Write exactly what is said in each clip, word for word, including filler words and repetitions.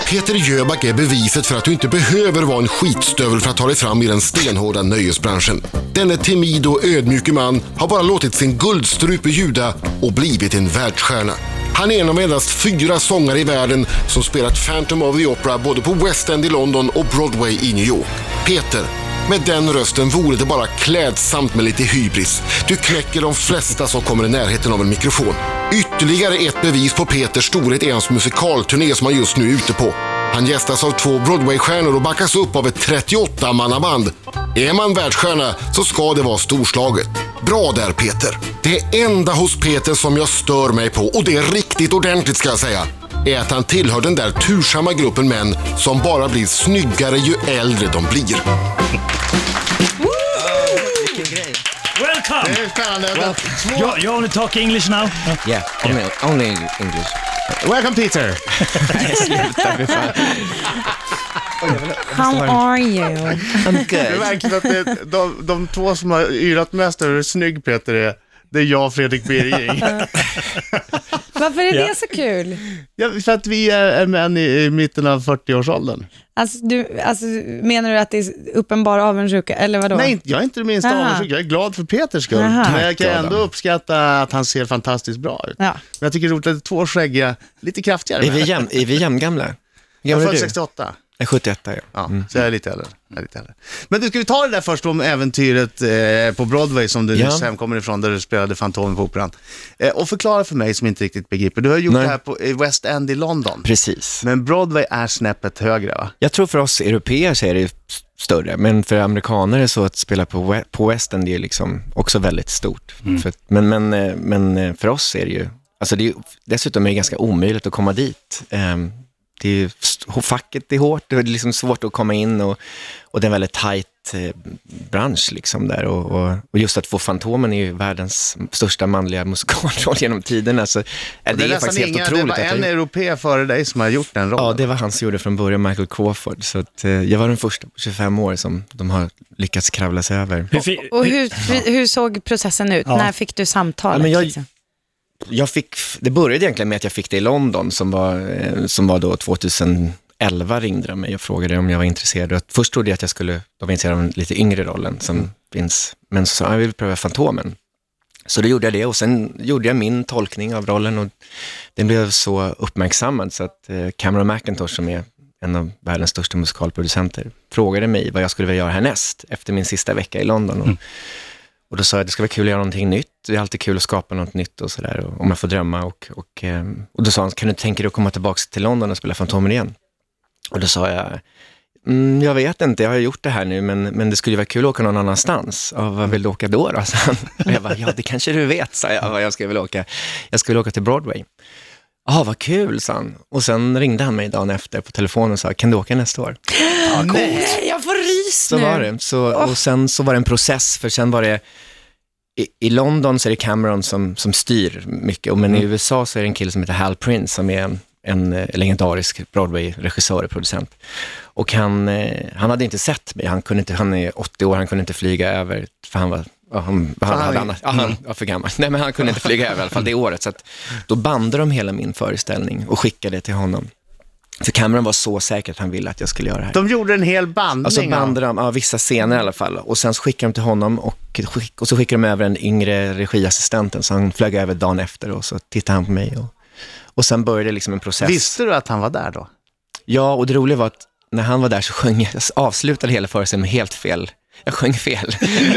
Peter Jöback är beviset för att du inte behöver vara en skitstövel för att ta dig fram i den stenhårda nöjesbranschen. Denne timid och ödmjuke man har bara låtit sin guldstrupe ljuda och blivit en världsstjärna. Han är en av endast fyra sångare i världen som spelat Phantom of the Opera både på West End i London och Broadway i New York. Peter, med den rösten vore det bara klädsamt med lite hybris. Du knäcker de flesta som kommer i närheten av en mikrofon. Ytterligare ett bevis på Peters storhet är hans musikalturné som han just nu är ute på. Han gästas av två Broadway-stjärnor och backas upp av ett trettioåtta-mannaband. Är man världsstjärna så ska det vara storslaget. Bra där, Peter. Det enda hos Peter som jag stör mig på, och det är riktigt ordentligt ska jag säga, är att han tillhör den där tursamma gruppen män som bara blir snyggare ju äldre de blir. Welcome! Det är spännande. Well, you, you only talk English now? Yeah, only, only English. Welcome, Peter. How are you? I'm Det är good. verkligen att det, de, de två som har yrat mest över hur snygg Peter är, det är jag och Fredrik Birging. Varför är Ja. det så kul? Ja, för att vi är, är män i, i mitten av fyrtioårsåldern. Alltså, du, alltså, menar du att det är uppenbar avundsjuka, eller vadå? Nej, jag är inte det minsta Aha. avundsjuk. Jag är glad för Peters skull. Aha. Men jag kan Tack, ändå Adam. uppskatta att han ser fantastiskt bra ut. Ja. Men jag tycker det är roligt att det är två skäggiga, lite kraftigare. Är vi, jäm, är vi jämngamla? Hur Jag gammal är är född du? sextioåtta. Jag är sjuttioåtta, ja. Ja, så jag är lite äldre. Jag är lite äldre. Men du, ska vi ta det där först om äventyret eh, på Broadway som du Ja. nyss hemkommer ifrån, där du spelade Fantomen på Operan. Eh, och förklara för mig som inte riktigt begriper. Du har gjort Nej. det här på i West End i London. Precis. Men Broadway är snäppet högre, va? Jag tror för oss europeer så är det större, men för amerikaner är det så att spela på, we- på West End är liksom också väldigt stort. Mm. För, men, men, eh, men för oss är det ju, alltså det är ju, dessutom är det ganska omöjligt att komma dit. Um, det är ju, st- facket är hårt, det är liksom svårt att komma in och, och det är en väldigt tajt eh, bransch liksom där. Och, och, och just att få Fantomen är ju världens största manliga musikalroll genom tiderna. Så, eh, det, Det är, nästan faktiskt helt inga, otroligt. det var att en jag- europé före dig som har gjort den rollen. Ja, det var han som gjorde från början, Michael Crawford. Så att, eh, jag var den första på tjugofem år som de har lyckats kravla sig över. Hur fi- Och hur, hur, hur såg processen ut? Ja. När fick du samtalet? Ja, men jag- liksom? Jag fick, det började egentligen med att jag fick det i London som var, eh, som var då tjugoelva ringde de mig och frågade om jag var intresserad. Och först trodde jag att jag skulle, de var intresserade av en lite yngre rollen som mm. finns. Men så sa jag, jag vill pröva Fantomen. Så då gjorde jag det och sen gjorde jag min tolkning av rollen och den blev så uppmärksammad så att eh, Cameron McIntosh som är en av världens största musikalproducenter frågade mig vad jag skulle vilja göra härnäst efter min sista vecka i London. Och, Mm. och då sa jag att det ska vara kul att göra någonting nytt. Det är alltid kul att skapa något nytt och sådär. Om man får drömma. Och, och, eh, och då sa han, kan du tänka dig att komma tillbaka till London och spela Fantomen igen? Och då sa jag, mm, jag vet inte, jag har gjort det här nu men, men det skulle ju vara kul att åka någon annanstans. Ja, vad vill du åka då då? Så han, och jag bara, ja det kanske du vet, sa jag, vad jag skulle vilja åka. Jag skulle åka till Broadway. Ja, vad kul, sa han. Och sen ringde han mig dagen efter på telefon och sa, kan du åka nästa år? Ja, coolt. Nej, jag får rys Så nu. var det. Så, och sen så var det en process, för sen var det i, i London så är det Cameron som, som styr mycket, och men i U S A så är det en kille som heter Hal Prince som är en, en legendarisk Broadway-regissör och producent. Och han, eh, han hade inte sett mig, han, kunde inte, han är åttio år, han kunde inte flyga över, för han var Ja, han, han, han hade är- annars, ja, han var för gammal. Nej, men han kunde inte flyga över i alla fall det året. Så att då bandade de hela min föreställning och skickade det till honom. För Cameron var så säker att han ville att jag skulle göra det här. De gjorde en hel bandning. Alltså av- bandade de, ja, vissa scener i alla fall. Och sen så skickade de till honom och, skick, och så skickade de över en yngre regiassistenten. Så han flög över dagen efter och så tittade han på mig. Och, och sen började liksom en process. Visste du att han var där då? Ja, och det roliga var att när han var där så sjöng jag, jag avslutade hela föreställningen med helt fel. Jag sjöng fel.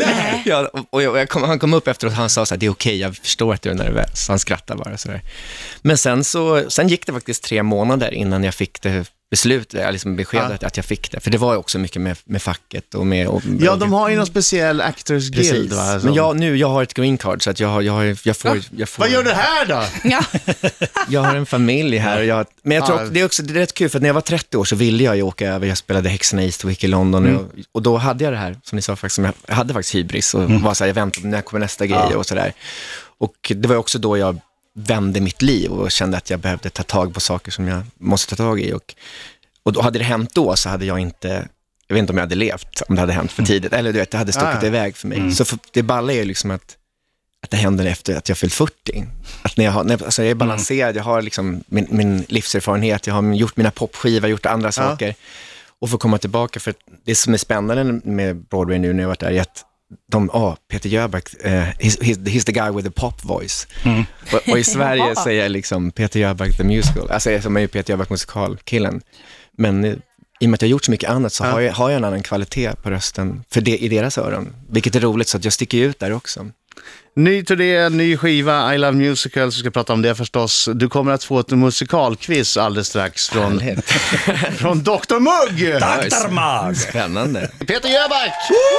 ja, och och jag kom, han kom upp efter och han sa så här, det är okej, jag förstår att du är nervös. Han skrattade bara så där. Men sen så sen gick det faktiskt tre månader innan jag fick det beslut, liksom beskedet Ja. att jag fick det. För det var ju också mycket med, med facket och med... Och, Ja, de har ju någon speciell Actors Guild, Precis. va? Alltså. Men jag, nu, jag har ett green card så att jag, har, jag, har, jag, får, jag får... Vad gör du här då? Ja. Jag har en familj här. Och jag, men jag tror Ja. också, det är också det är rätt kul för att när jag var trettio år så ville jag ju åka över. Jag spelade Häxorna i Eastwick i London Mm. och, och då hade jag det här, som ni sa faktiskt, som jag, jag hade faktiskt hybris och var så här, jag väntade när kommer nästa grej Ja. och sådär. Och det var också då jag vände mitt liv och kände att jag behövde ta tag på saker som jag måste ta tag i. Och, och då hade det hänt då så hade jag inte, jag vet inte om jag hade levt om det hade hänt för tidigt. Eller du vet, det hade stuckit Ja. iväg för mig. Mm. Så för, det balla är ju liksom att att det händer efter att jag fyllt fyrtio. Att när jag, har, när, alltså jag är balanserad, jag har liksom min, min livserfarenhet, jag har gjort mina popskivor, gjort andra saker. Ja. Och få komma tillbaka, för det som är spännande med Broadway nu när jag varit där är att de, ah, Peter Jöback, uh, he's, he's the guy with the pop voice. Mm. Och, och i Sverige så är jag liksom Peter Jöback the musical. Alltså jag är ju Peter Jöback musikalkillen. Men i och med att jag har gjort så mycket annat så ja. har, jag, har jag en annan kvalitet på rösten för det, i deras öron. Vilket är roligt, så att jag sticker ut där också. Ny turné, ny skiva, I Love Musicals, vi ska prata om det förstås. Du kommer att få ett musikalquiz alldeles strax från, från doktor Mugg. doktor Mugg! Spännande. Peter Jöback!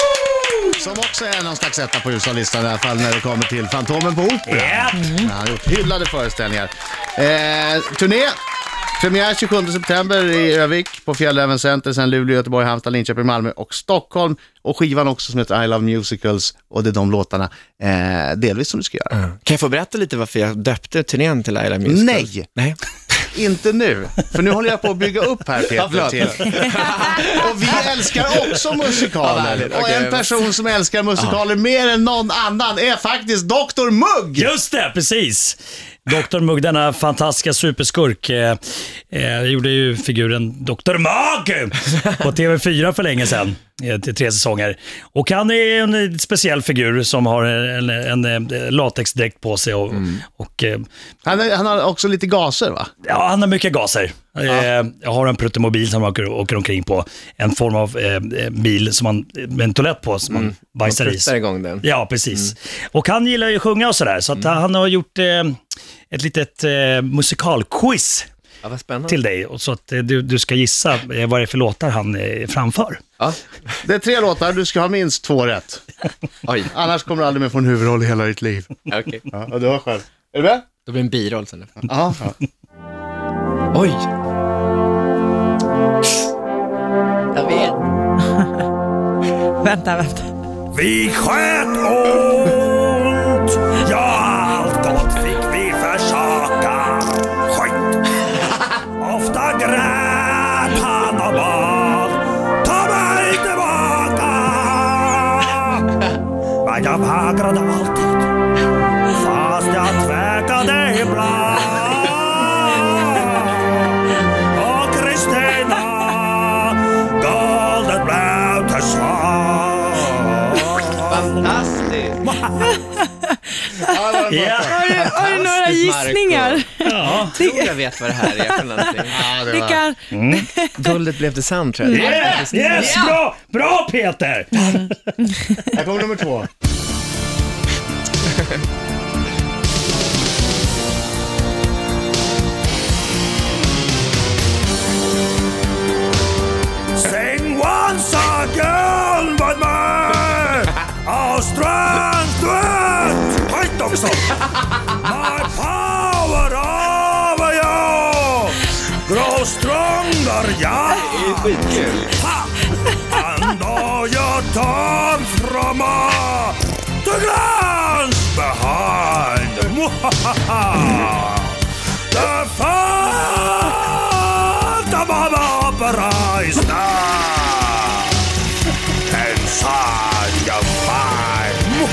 Som också är någon slags etta på U S A-listan i alla fall när det kommer till Fantomen på Opera. Yeah. Mm. Han har gjort hyllade föreställningar. Eh, turné, premiär tjugosjunde september i Övik på Fjällräven Center, sen Luleå, Göteborg, Halmstad, Linköping, Malmö och Stockholm. Och skivan också som heter I Love Musicals, och det är de låtarna eh, delvis som du ska göra. Mm. Kan jag få berätta lite varför jag döpte turnén till I Love Musicals? Nej! Nej. Inte nu, för nu håller jag på att bygga upp här, Peter, till. Och vi älskar också musikaler. Ja, och en person som älskar musikaler mer än någon annan är faktiskt doktor Mugg. Just det, precis. doktor Mugg, denna fantastiska superskurk. Eh, eh, gjorde ju figuren doktor Mugg på T V fyra för länge sedan. Till tre säsonger. Och han är en speciell figur som har en, en, en latexdräkt på sig. Och, mm. och, han, är, han har också lite gaser, va? Ja, han har mycket gaser. Ja. Jag har en pruttemobil som man åker, åker omkring på. En form av eh, bil som man, med en toalett på som mm. man bajsar i. Man igång den. Ja, precis. Mm. Och han gillar ju att sjunga och sådär. Så att mm. han har gjort eh, ett litet eh, musikalquiz. Ja, vad spännande. Till dig, och så att du, du ska gissa vad det är för låtar han eh, framför. Ja. Det är tre låtar, du ska ha minst två rätt. Oj. Annars kommer du aldrig mer få en huvudroll i hela ditt liv. Okej. Okay. Ja, och du har själv. Är du med? Då blir en biroll sen. Ja. Oj. Jag vet. Vänta, vänta. Vi sköt ont. Ja, allt gott fick vi försaka. Skit. Ofta grät han och bad. Ta mig tillbaka. Men jag vägrade alltid. Fast jag tvekade ibland. Och Kristina goldet blev till svar. Fantastiskt. Ja. Har du, har du några gissningar? Ja, jag tror jag vet vad det här är för någonting. Ja, det Det var... kan... Mm. Guldet blev detsamma, tror jag. Yes, yes, bra, bra Peter! Här kommer nummer två. Sing once again with me, our strength to it. Skit också! My power over you grows stronger, ja! Det är skitkul. And all your turn from us to glance behind. The Phantom of Opera is now inside your mind.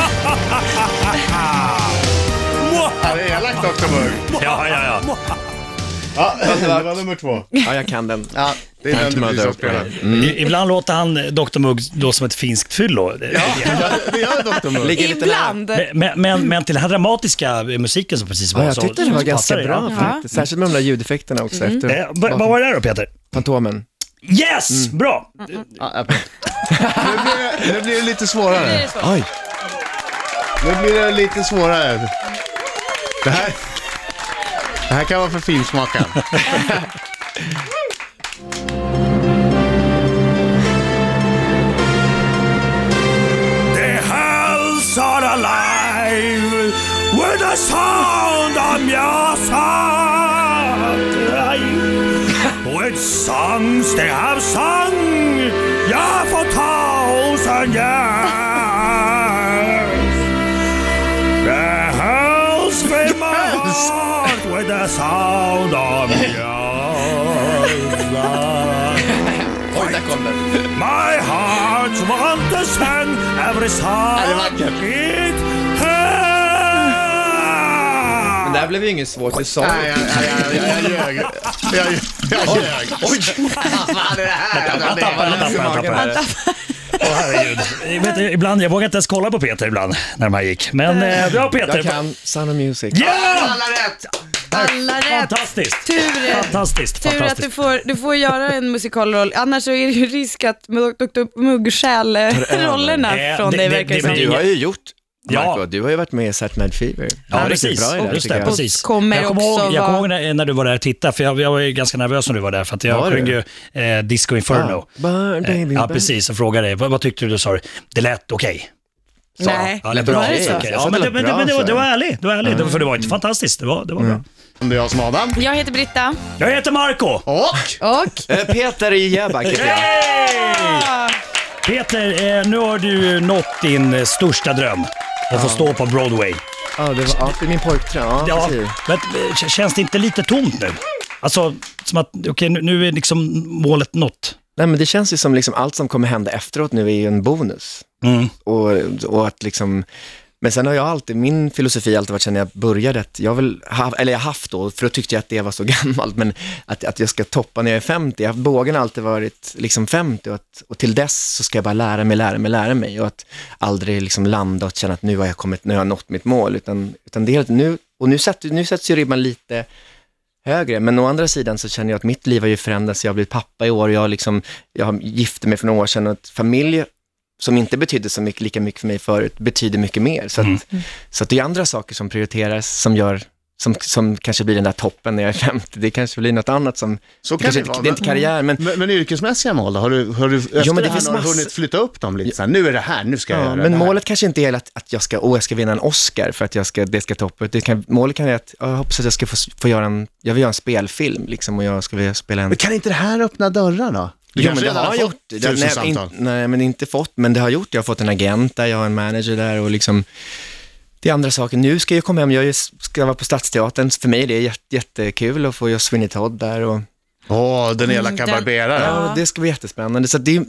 Ja, det är elakt också, Mugg. Ja, ja, ja. Ja, det var nummer två. Ja, jag kan den. Ja, det är den du blir så spelad. Mm. Ibland låter han doktor Mugg då som ett finskt fyllo. Ja, det gör doktor Mugg. Ligger lite Ibland. Men, men, men till den här dramatiska musiken som precis var, Ja, jag så, tyckte det var så ganska passar bra det. faktiskt. Särskilt med de där ljudeffekterna också efter. Eh, b- vad var det där då, Peter? Fantomen. Yes! Bra! Ja, ja, nu, blir det, nu blir det lite svårare. Oj. Nu blir det lite svårare. Det här, det här kan vara för finsmaken. The hells are alive with the sound of music. With songs they have sung, yeah, for thousand years. The hells fill my heart with the sound of music. Oj, där kom den. My heart wants to sing every song it has. här blev ju inget svårt, du sa Nej, jag, jag, jag, jag, jag ljög. Jag, jag ljög. Oj! Vad är det här? Han tappade, han tappade, han tappade. Åh herregud. Jag vet, ibland, jag vågar inte ens kolla på Peter ibland när de här gick. Men eh, bra Peter. Jag kan Sound of Music. Ja! Alla rätt! Alla rätt. Fantastiskt. Tur, Fantastiskt. tur att Fantastiskt. du får, du får göra en musikalroll, annars så är det ju risk att doktor Mugg stjäl rollerna Eh, från det- dig, det- verkar det det- som. Du har ju gjort, Ja. Marco, du har ju varit med i Saturday Night Fever. Ja, Du är precis. riktigt bra i det, Just tycker det, jag. precis. Kommer jag kommer också ihåg, jag vara- kommer ihåg när, när du var där och tittade, för jag, jag var ju ganska nervös när du var där, för att jag Var du? sjöng ju eh, Disco Inferno. Ah, burn, baby, ja, burn. precis, och frågade dig, vad, vad tyckte du? Sa du? Det lät okej. Nej, Ja, det är bra. bra. var det så? Okej. Jag Ja, sa men det det, var men, bra, men det, var, så. det var ärligt, det var ärligt, för det var inte fantastiskt, det var, det var bra. Det är jag som Adam. Jag heter Britta. Jag heter Marco. Och? Och? Eh, Peter i Jäback heter jag. Hey! Peter, eh, nu har du nått din eh, största dröm, att få stå på Broadway. Ja, det var ja, det är min pojkdröm. Ja, Ja, precis. men, eh, k- känns det inte lite tomt nu? Alltså, som att, okej, nu, nu är liksom målet nått. Nej, men det känns ju som liksom allt som kommer hända efteråt nu är ju en bonus. Mm. Och, och att liksom, men sen har jag alltid, min filosofi har alltid varit sen jag började att jag vill ha, eller jag har haft då, för då tyckte jag att det var så gammalt, men att, att jag ska toppa när jag är femtio. Jag, bågen har alltid varit liksom femtio och, att, och till dess så ska jag bara lära mig, lära mig, lära mig och att aldrig liksom landa och känna att nu har jag kommit, nu har jag nått mitt mål, utan, utan det är helt nu, och nu sätter, nu sätts ju ribban lite högre, men å andra sidan så känner jag att mitt liv har ju förändrats. Jag har blivit pappa i år, jag, liksom, jag har gifte mig för några år sedan och att familj som inte betydde så mycket, lika mycket för mig förut, betyder mycket mer. Så att, Mm. så att det är andra saker som prioriteras, som gör, som, som kanske blir den där toppen när jag är femtio. Det kanske blir något annat som, Så kan kanske det vara, det är inte men- karriär, men Men, men yrkesmässiga mål då? Har du, har du efter Jo, men det det här finns har du massor- hunnit flytta upp dem lite? Så här, nu är det här, nu ska jag ja, göra men det här. målet kanske inte är att, att jag ska, åh, jag ska vinna en Oscar för att jag ska, det ska toppa. Det kan, målet kan vara att jag hoppas att jag ska få, få göra en, jag vill göra en spelfilm liksom, och jag ska vilja spela en. Men kan inte det här öppna dörrar då? Du Jo, kanske men det redan har fått gjort. Det, tusen nej, samtal. in, nej, men inte fått, men det har gjort. Jag har fått en agent där, jag har en manager där och liksom, det är andra saker. Nu ska jag komma hem, jag är- ska vara på Stadsteatern. För mig är det jätte, jättekul att få göra Sweeney Todd där och Åh, den elaka den- barberaren. ja, Ja. det ska bli jättespännande. Så att det är,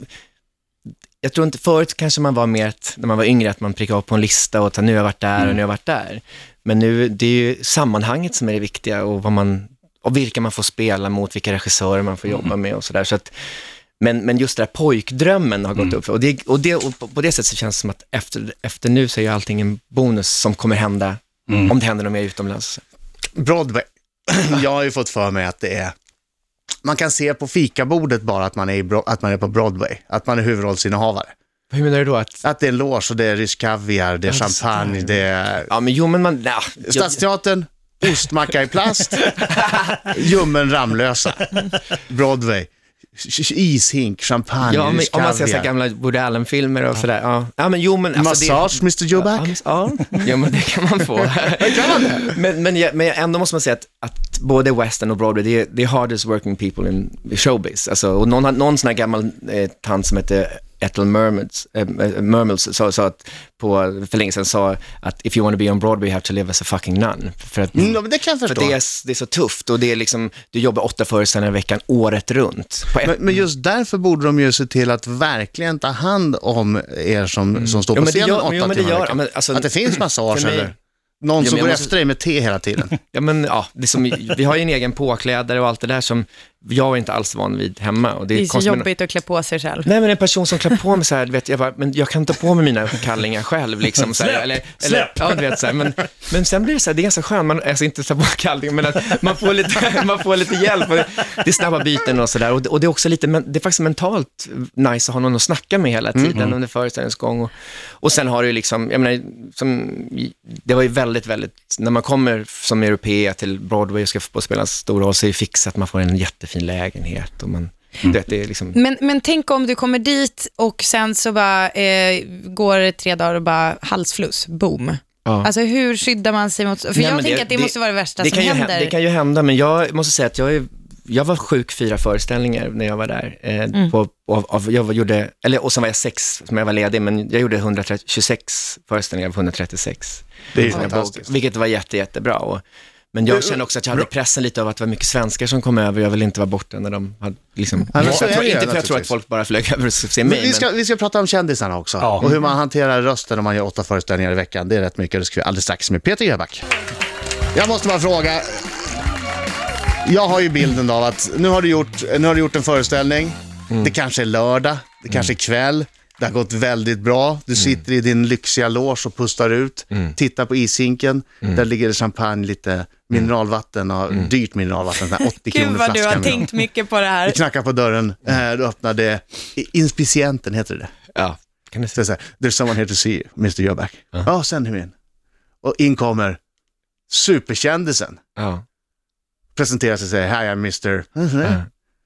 jag tror inte, förut kanske man var mer, att, när man var yngre, att man prickade upp på en lista och att nu har jag varit där och nu har jag varit där. Men nu, det är ju sammanhanget som är det viktiga och vad man, och vilka man får spela mot, vilka regissörer man får jobba med och sådär. Så att, men, men just det där pojkdrömmen har gått upp. Och, det, och, det, och på, på det sättet så känns det som att efter, efter nu så är ju allting en bonus som kommer hända, Mm. om det händer något mer utomlands. Broadway. Jag har ju fått för mig att det är... Man kan se på fikabordet bara att man är, i Bro- att man är på Broadway. Att man är huvudrollsinnehavare. Hur menar du då? Att, Att det är en loge och det är rysk kaviar, det är Ja, det är champagne, sådär. det är... ja, men jo, men man... Ja, jag, Stadsteatern, ostmacka i plast, ljummen Ramlösa. Broadway, ishink, champagne, ja, men rysk om man ser så här kaviar. gamla Woody Allen-filmer och sådär. Ja. ja, men jo, men... Alltså, det- Massage, mister Joback. Ja, ja, men det kan man få. men, men, jag- men ändå måste man säga att, att både Western och Broadway, det är, det är hardest working people in showbiz. Alltså, och någon, har- någon sån här gammal eh, tant som heter Ethel Mermans, eh, Mermels sa, sa att på, för länge sedan sa att if you want to be on Broadway you have to live as a fucking nun. För att, Mm, ja, men det kan jag för förstå. att det, är, det är så tufft och det är liksom, du jobbar åtta föreställningar i veckan året runt. På ett, Men, men just därför borde de ju se till att verkligen ta hand om er som, som står Jo, på men det scenen gör- åtta jo, men det timmar i gör- veckan. men alltså- Att det finns massage för mig- eller någon Jo, som men går jag måste- efter dig med te hela tiden. Ja, men ja, det är som, vi har ju en egen påklädare och allt det där som jag är inte alls van vid hemma. Och det Det är är så konstigt, men- jobbigt att klä på sig själv. Nej, men en person som klär på mig så här, du vet, jag bara, men jag kan ta på mig mina kallingar själv liksom så här, Släpp, eller, släpp. eller ja, du vet så här, men, men sen blir det så här, det är ganska skönt, man, alltså inte ta på kallingar, men att man får lite, man får lite hjälp och det, det är snabba byten och sådär, och, det- och det är också lite, men det är faktiskt mentalt nice att ha någon att snacka med hela tiden Mm. under föreställningens gång, och, och sen har det ju liksom, jag menar, som, det var ju väldigt, väldigt, när man kommer som europé till Broadway och ska få spela en stor roll, så är det fixat att man får en jättefin lägenhet och man, du vet, det är liksom... Men, men tänk om du kommer dit och sen så bara eh, går det tre dagar och bara halsfluss, boom. Ja. Alltså hur skyddar man sig mot... För Nej, jag men tänker det- att det, det- måste vara det värsta det som kan ju händer. hända, det kan ju hända, men jag måste säga att jag, är, jag var sjuk fyra föreställningar när jag var där. Eh, Mm. på, av, av, jag var, gjorde, eller, och sen var jag sex, som jag var ledig, men jag gjorde etthundratjugosex föreställningar av etthundratrettiosex. Det är ju Som jag fantastiskt. bok- Vilket var jätte, jättebra. Och, men jag känner också att jag hade pressen lite av att det var mycket svenskar som kom över. Jag ville inte vara borta när de hade liksom... Ja, men jag så är tror, det ju inte för jag tror att naturligtvis. folk bara flög över och se Men mig. vi, ska, vi ska prata om kändisarna också. Ja. Och hur man hanterar rösten om man gör åtta föreställningar i veckan. Det är rätt mycket. Det ska vi alldeles strax med Peter Jöback. Jag måste bara fråga. Jag har ju bilden av att nu har du gjort, nu har du gjort en föreställning. Mm. Det kanske är lördag, det kanske är kväll. Det har gått väldigt bra. Du sitter mm. i din lyxiga loge och pustar ut. Mm. Tittar på ishinken. Mm. Där ligger det champagne, lite mineralvatten och mm. dyrt mineralvatten. åttio kronor Gud vad flaskan. du har tänkt mycket på det här. Du knackar på dörren. Mm. Du öppnar det. Inspicienten heter det. Ja, kan du säga. There's someone here to see you, mister Jöback. Ja, uh. oh, send him in. Och in kommer superkändisen. Ja. Presenterar sig och säger, hi I'm mister Uh.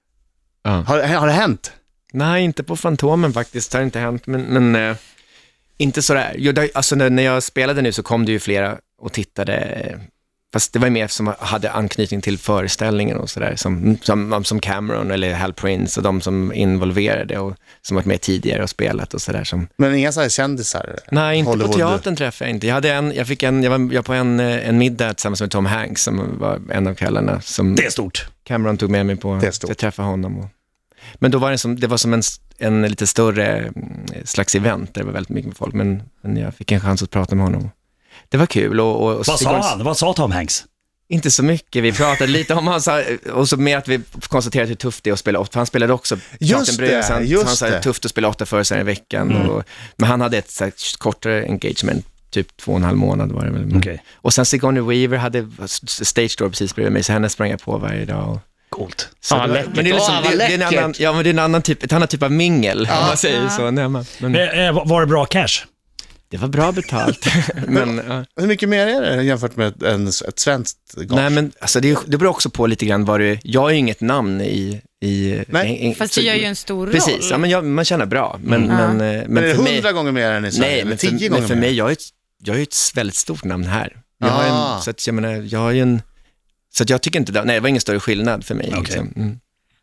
Uh. Har, har det hänt? Nej, inte på Fantomen faktiskt. Det har inte hänt, men, men äh, inte sådär. Jo, där, alltså, när, när jag spelade nu så kom det ju flera och tittade. Fast det var mer som hade anknytning till föreställningen och sådär. Som, som, som Cameron eller Hal Prince och de som involverade och som varit med tidigare och spelat och sådär. Som... Men inga så här kändisar? Nej, inte Hollywood. På teatern träffade jag inte. Jag, hade en, jag, fick en, jag var jag på en, en middag tillsammans med Tom Hanks som var en av kvällarna. Som det är stort. Cameron tog med mig på att träffa honom. Och, men då var det som, det var som en, en lite större slags event där det var väldigt mycket folk. Men, men jag fick en chans att prata med honom. Det var kul. Och, och, och Vad sa han? Vad sa Tom Hanks? Inte så mycket. Vi pratade lite om han sa, och så med att vi konstaterade hur tufft det är att spela åtta. Han spelade också just det, så han, just så han sa det. Tufft att spela åtta föreställningar i veckan. Mm. Och, men han hade ett så här, kortare engagement, typ två och en halv månad var det väl. Okay. Och sen Sigourney Weaver hade stage door precis bredvid mig, så henne sprang jag på varje dag. Och, coolt. Så ah, det, var, men det är liksom, ah, det, det är en annan, ja, men det är en annan typ, ett annat typ av mingel, ah, om man säger ah. så. Nej, men, men, var det bra cash? Det var bra betalt. men, ja. Hur mycket mer är det jämfört med en, ett svenskt gage? Nej, men alltså, det, det beror också på lite grann vad du... Jag är ju inget namn i... i Nej. En, en, Fast det gör ju en stor precis, roll. Precis, ja, men jag, man känner bra. Men, mm. men, men, men, men är det hundra mig, gånger mer än i Sverige? Nej, men för, tio men för mer? mig, jag är, ett, jag är ett väldigt stort namn här. Jag ah. har en, så att jag menar, jag har ju en... Så att jag tycker inte... Nej, det var ingen större skillnad för mig. Okay. Liksom. Mm.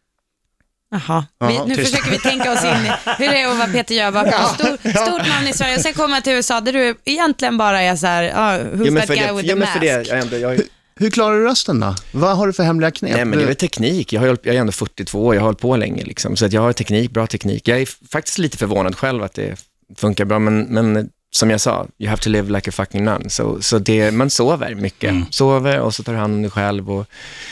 Jaha, vi, nu tyst. försöker vi tänka oss in i hur det är att vara Peter Jöback, ja. Stor, stort namn i Sverige och sen komma till U S A där du egentligen bara är så här, uh, who's ja, that guy det, with ja, the mask? Det, jag ändå, jag, hur, hur klarar du rösten då? Vad har du för hemliga knep? Nej, men det är teknik. Jag, har, jag är ändå fyrtiotvå år, jag har hållit på länge liksom, så att jag har teknik, bra teknik. Jag är faktiskt lite förvånad själv att det funkar bra, men, men som jag sa, you have to live like a fucking nun. Så, så det, man sover mycket. Mm. Sover och så tar hand om dig själv och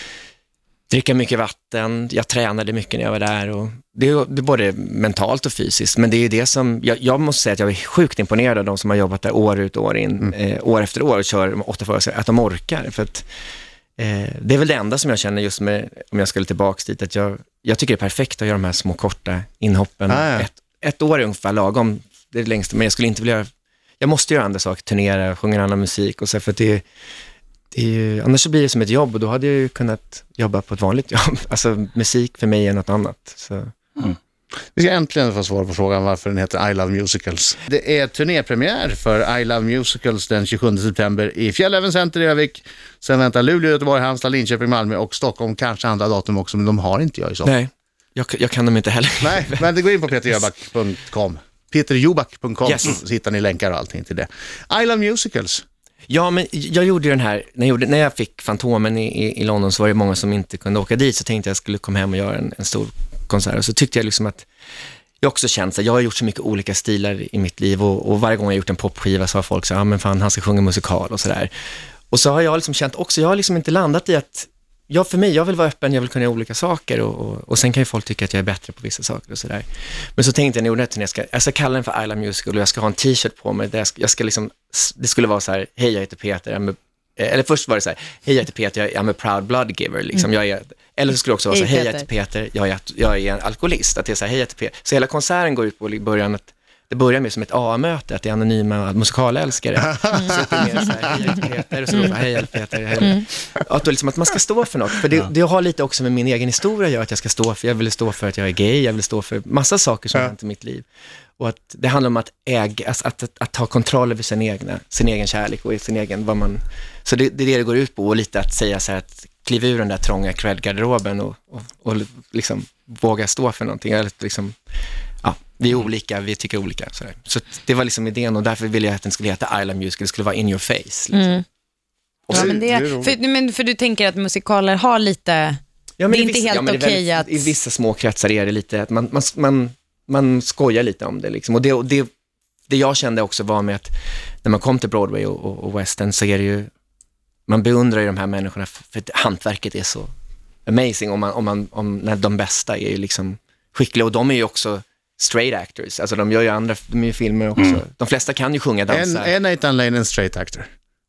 dricka mycket vatten. Jag tränade mycket när jag var där. Och det, är, det är både mentalt och fysiskt. Men det är det som... Jag, jag måste säga att jag är sjukt imponerad av de som har jobbat där år ut och år in. Mm. Eh, år efter år och kör åtta föreställningar. Att de orkar. För att, eh, det är väl det enda som jag känner just med... Om jag skulle tillbaka dit. Att jag, jag tycker det är perfekt att göra de här små korta inhoppen. Ah, ja. ett, ett år är ungefär lagom. Det är det längsta. Men jag skulle inte vilja göra... Jag måste göra andra saker. Turnera, sjunga annan musik. Och så, för att det är... Det är ju, annars så blir det som ett jobb och då hade jag ju kunnat jobba på ett vanligt jobb. Alltså musik för mig är något annat. Så. Mm. Vi ska äntligen få svar på frågan varför den heter I Love Musicals. Det är turnépremiär för I Love Musicals den tjugosjunde september i Fjällräven Center i Övik. Sen väntar Luleå, Göteborg, Halmstad, Linköping, Malmö och Stockholm. Kanske andra datum också, men de har inte jag i så. Nej, jag, jag kan dem inte heller. Nej, men det går in på peter jöback punkt com. peter jöback punkt com yes. Så hittar ni länkar och allting till det. I Love Musicals. Ja, men jag gjorde ju den här, när jag, gjorde, när jag fick Fantomen i, i, i London så var det många som inte kunde åka dit, så tänkte jag att jag skulle komma hem och göra en, en stor konsert. Och så tyckte jag liksom att jag också känt att jag har gjort så mycket olika stilar i mitt liv och, och varje gång jag gjort en popskiva så har folk sagt, ja ah, men fan, han ska sjunga musikal och sådär. Och så har jag liksom känt också, jag har liksom inte landat i att jag, för mig, jag vill vara öppen, jag vill kunna göra olika saker och, och, och sen kan ju folk tycka att jag är bättre på vissa saker och sådär. Men så tänkte jag, när jag ska, jag ska kalla den för I Love Musical och jag ska ha en t-shirt på mig där jag ska, jag ska liksom, det skulle vara så här, hej jag heter Peter, I'm a, eller först var det så här, hej jag heter Peter, jag är a proud blood giver, liksom, jag är, eller så skulle det också vara så här, hej jag heter Peter, jag är, jag är en alkoholist, att det är så här, hej jag heter Peter. Så hela konserten går ut på i början att det börjar med som ett A-möte, att det är anonyma musikalälskare. Mm. Så det är mer så här, hej Peter, och så mm. hej Peter. Hej. Mm. Att, liksom, att man ska stå för något. För det, det har lite också med min egen historia att göra, att jag ska stå för, jag vill stå för att jag är gay, jag vill stå för massa saker som har hänt i mitt liv. Och att det handlar om att äga, alltså att, att, att ta kontroll över sin, egna, sin egen kärlek och sin egen, vad man... Så det, det är det det går ut på, och lite att säga så här, att kliva ur den där trånga cred-garderoben och, och, och liksom våga stå för någonting, eller liksom... Ja, vi är olika, vi tycker olika. Sådär. Så det var liksom idén, och därför ville jag att den skulle heta I Love Musical, det skulle vara in your face. Liksom. Mm. Och så, ja, men det, för, men för du tänker att musikaler har lite, ja, men det är inte vissa, helt ja, okej att... I vissa små kretsar är det lite att man, man, man, man skojar lite om det. Liksom. Och det, och det, det jag kände också var med att när man kom till Broadway och, och, och West End så är det ju man beundrar ju de här människorna för, för att hantverket är så amazing. Om man, om man, om, när de bästa är ju liksom skickliga, och de är ju också straight actors. Alltså de gör ju andra, de är ju filmer också. Mm. De flesta kan ju sjunga, dansa. En, en Nathan Lane en straight actor.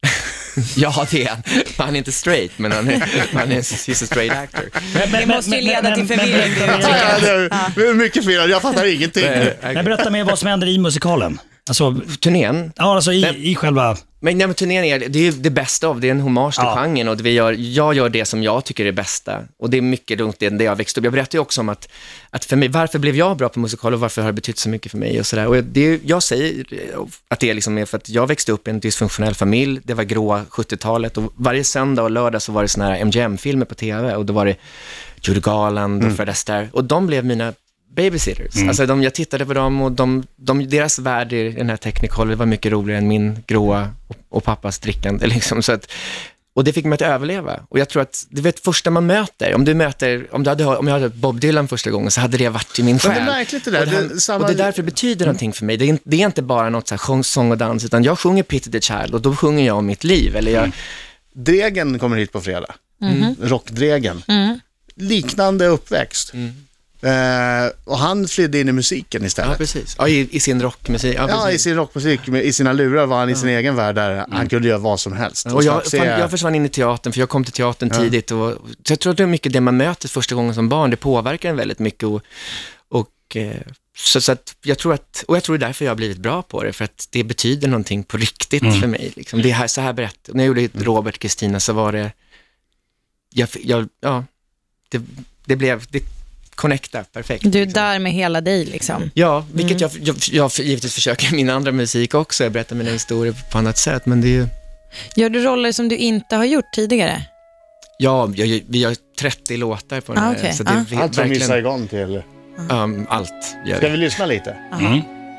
Ja, det är han. Han är inte straight, men han är, han är he's a straight actor. Men, men, det måste ju leda men, till förvirring. Men, men, ja, det är mycket fel, jag fattar ingenting. Men berätta mer vad som händer i musikalen. Alltså, turnén? Ja, alltså i, nej, i själva... Men, nej, men turnén är det, är det bästa av, det är en hommage till ja. genren, och det vi gör, jag gör det som jag tycker är bästa, och det är mycket runt det, det jag växte upp. Jag berättar ju också om att, att för mig, varför blev jag bra på musikal och varför har det betytt så mycket för mig och sådär. Och det, jag säger att det är liksom för att jag växte upp i en dysfunktionell familj, det var gråa sjuttiotalet, och varje söndag och lördag så var det såna här M G M-filmer på tv, och då var det Judy Garland och mm. Fred Astaire, och de blev mina babysitters. Mm. Alltså de, jag tittade på dem, och de, de, deras värld i den här Technicolor var mycket roligare än min gråa och, och pappas drickande. Liksom. Så att, och det fick mig att överleva. Och jag tror att det vet första man möter, om du möter, om, du hade, om jag hade Bob Dylan första gången, så hade det varit i min själ. Men det är märkligt det där. Och det, det, samma... och det därför betyder någonting för mig. Det är, det är inte bara något så här sång och dans, utan jag sjunger Pity the Child, och då sjunger jag om mitt liv. Eller jag... mm. Dregen kommer hit på fredag. Mm. Rockdregen. Mm. Liknande uppväxt. Mm. Uh, och han flydde in i musiken istället. Ja, precis. Ja, i, i sin rockmusik. Ja, ja, i sin rockmusik. I sina lurar var han i sin ja. egen värld där mm. han kunde göra vad som helst. Och, och jag, fan, jag försvann in i teatern, för jag kom till teatern ja. tidigt. Och, så jag tror att det är mycket det man möter första gången som barn. Det påverkar en väldigt mycket. Och, och, så, så att jag tror att, och jag tror det är därför jag har blivit bra på det. För att det betyder någonting på riktigt mm. för mig. Liksom. Det är här, så här berätt. När jag gjorde Robert Kristina så var det... Jag, jag, ja, det, det blev... Det, connecta, perfekt. Du är liksom. där med hela dig liksom. Ja, vilket mm. jag, jag, jag givetvis försöker i min andra musik också. Jag berättar mina historier på annat sätt, men det är ju... Gör du roller som du inte har gjort tidigare? Ja, jag, vi har trettio låtar på den ah, här. okay. Så det ah. är Allt från Miss Saigon till... Um, allt gör Ska vi. vi lyssna lite? Mm.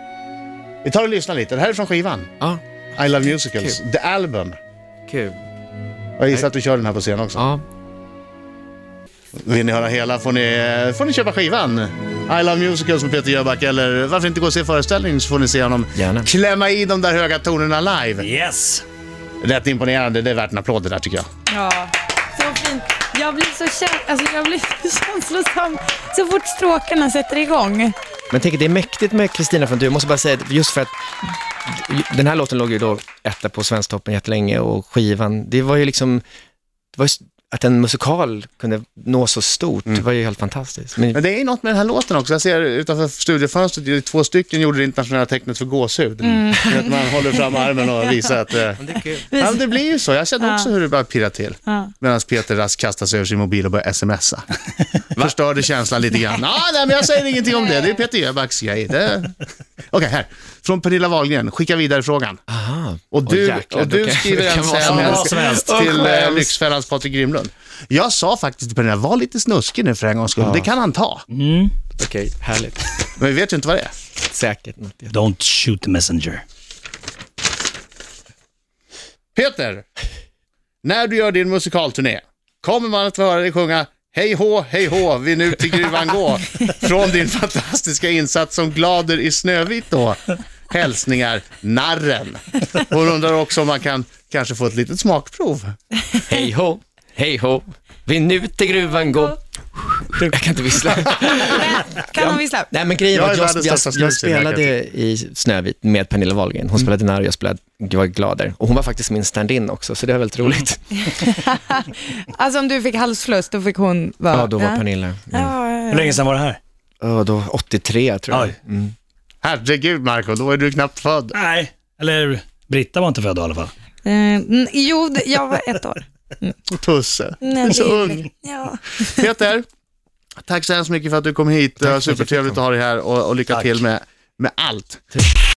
Vi tar och lyssnar lite. Det här är från skivan. Ja. I Love Musicals. Kul. The Album. Kul. Jag gissar att du kör den här på scen också. Ja. Vill ni höra hela får ni, får ni köpa skivan I Love Musicals med Peter Jöback, eller varför inte gå och se föreställningen, så får ni se honom Gärna. klämma i de där höga tonerna live. Yes. Rätt imponerande, det är värt en applåd det där tycker jag. Ja, så fint. Jag blir så kä- alltså jag blir så känslosam så fort stråkarna sätter igång. Men tänk, det är mäktigt med Kristina från Du. Jag måste bara säga, just för att den här låten låg ju då etta på Svensktoppen jättelänge, och skivan, det var ju liksom, det var ju, att en musikal kunde nå så stort, mm. det var ju helt fantastiskt. Men... Men det är något med den här låten också. Jag ser utanför studiofönstret, två stycken gjorde det internationella tecknet för gåshud. Mm. Att man håller fram armen och visar att... Eh... Men det är kul. Ja, det blir ju så. Jag känner också ja. hur det bara pirrar till. Ja. Medan Peter Rask kastar sig över sin mobil och börjar smsa. Förstörde känslan lite grann. Ah, nej, men jag säger ingenting om det. Det är Peter Jöbacks grej. Det... Okej, okay, här. Från Pernilla Wahlgren. Skicka vidare frågan. Aha. Och du, oh, jäklar, och du okay. skriver en sms till oh, Lyxfällans Patrik Grimlund. Jag sa faktiskt till Pernilla, var lite snuskig nu för en gångs skull. Ja. Det kan han ta. Mm. Okej, okay, härligt. Men vi vet ju inte vad det är. Säkert. Don't shoot the messenger. Peter, när du gör din musikalturné, kommer man att få höra dig sjunga Hej hå, hej hå, vi nu till gruvan gå. Från din fantastiska insats som Glader i Snövit då. Hälsningar, Narren. Hon undrar också om man kan kanske få ett litet smakprov. Hej hå, hej hå, vi nu till gruvan gå. Jag kan inte vissla. Kan man vissla? Nej, men grejen var att jag, jag, jag, jag spelade i Snövit med Pernilla Wahlgren. Hon spelade när jag spelade jag var Glader. Och hon var faktiskt min stand-in också, så det var väldigt roligt. Alltså om du fick halsfluss, då fick hon vara... Ja, då var ja. Pernilla. Mm. Ja, ja, ja. Hur länge sedan var det här? Ja, då åttiotre tror jag. Mm. Herregud Marco, då är du knappt född. Nej, eller Britta var inte född i alla fall. Mm, jo, jag var ett år. Mm. Tusse, du är så ung. Ja. Peter, tack så hemskt mycket för att du kom hit. Tack, supertrevligt att ha dig här, och, och lycka tack. till med, med allt.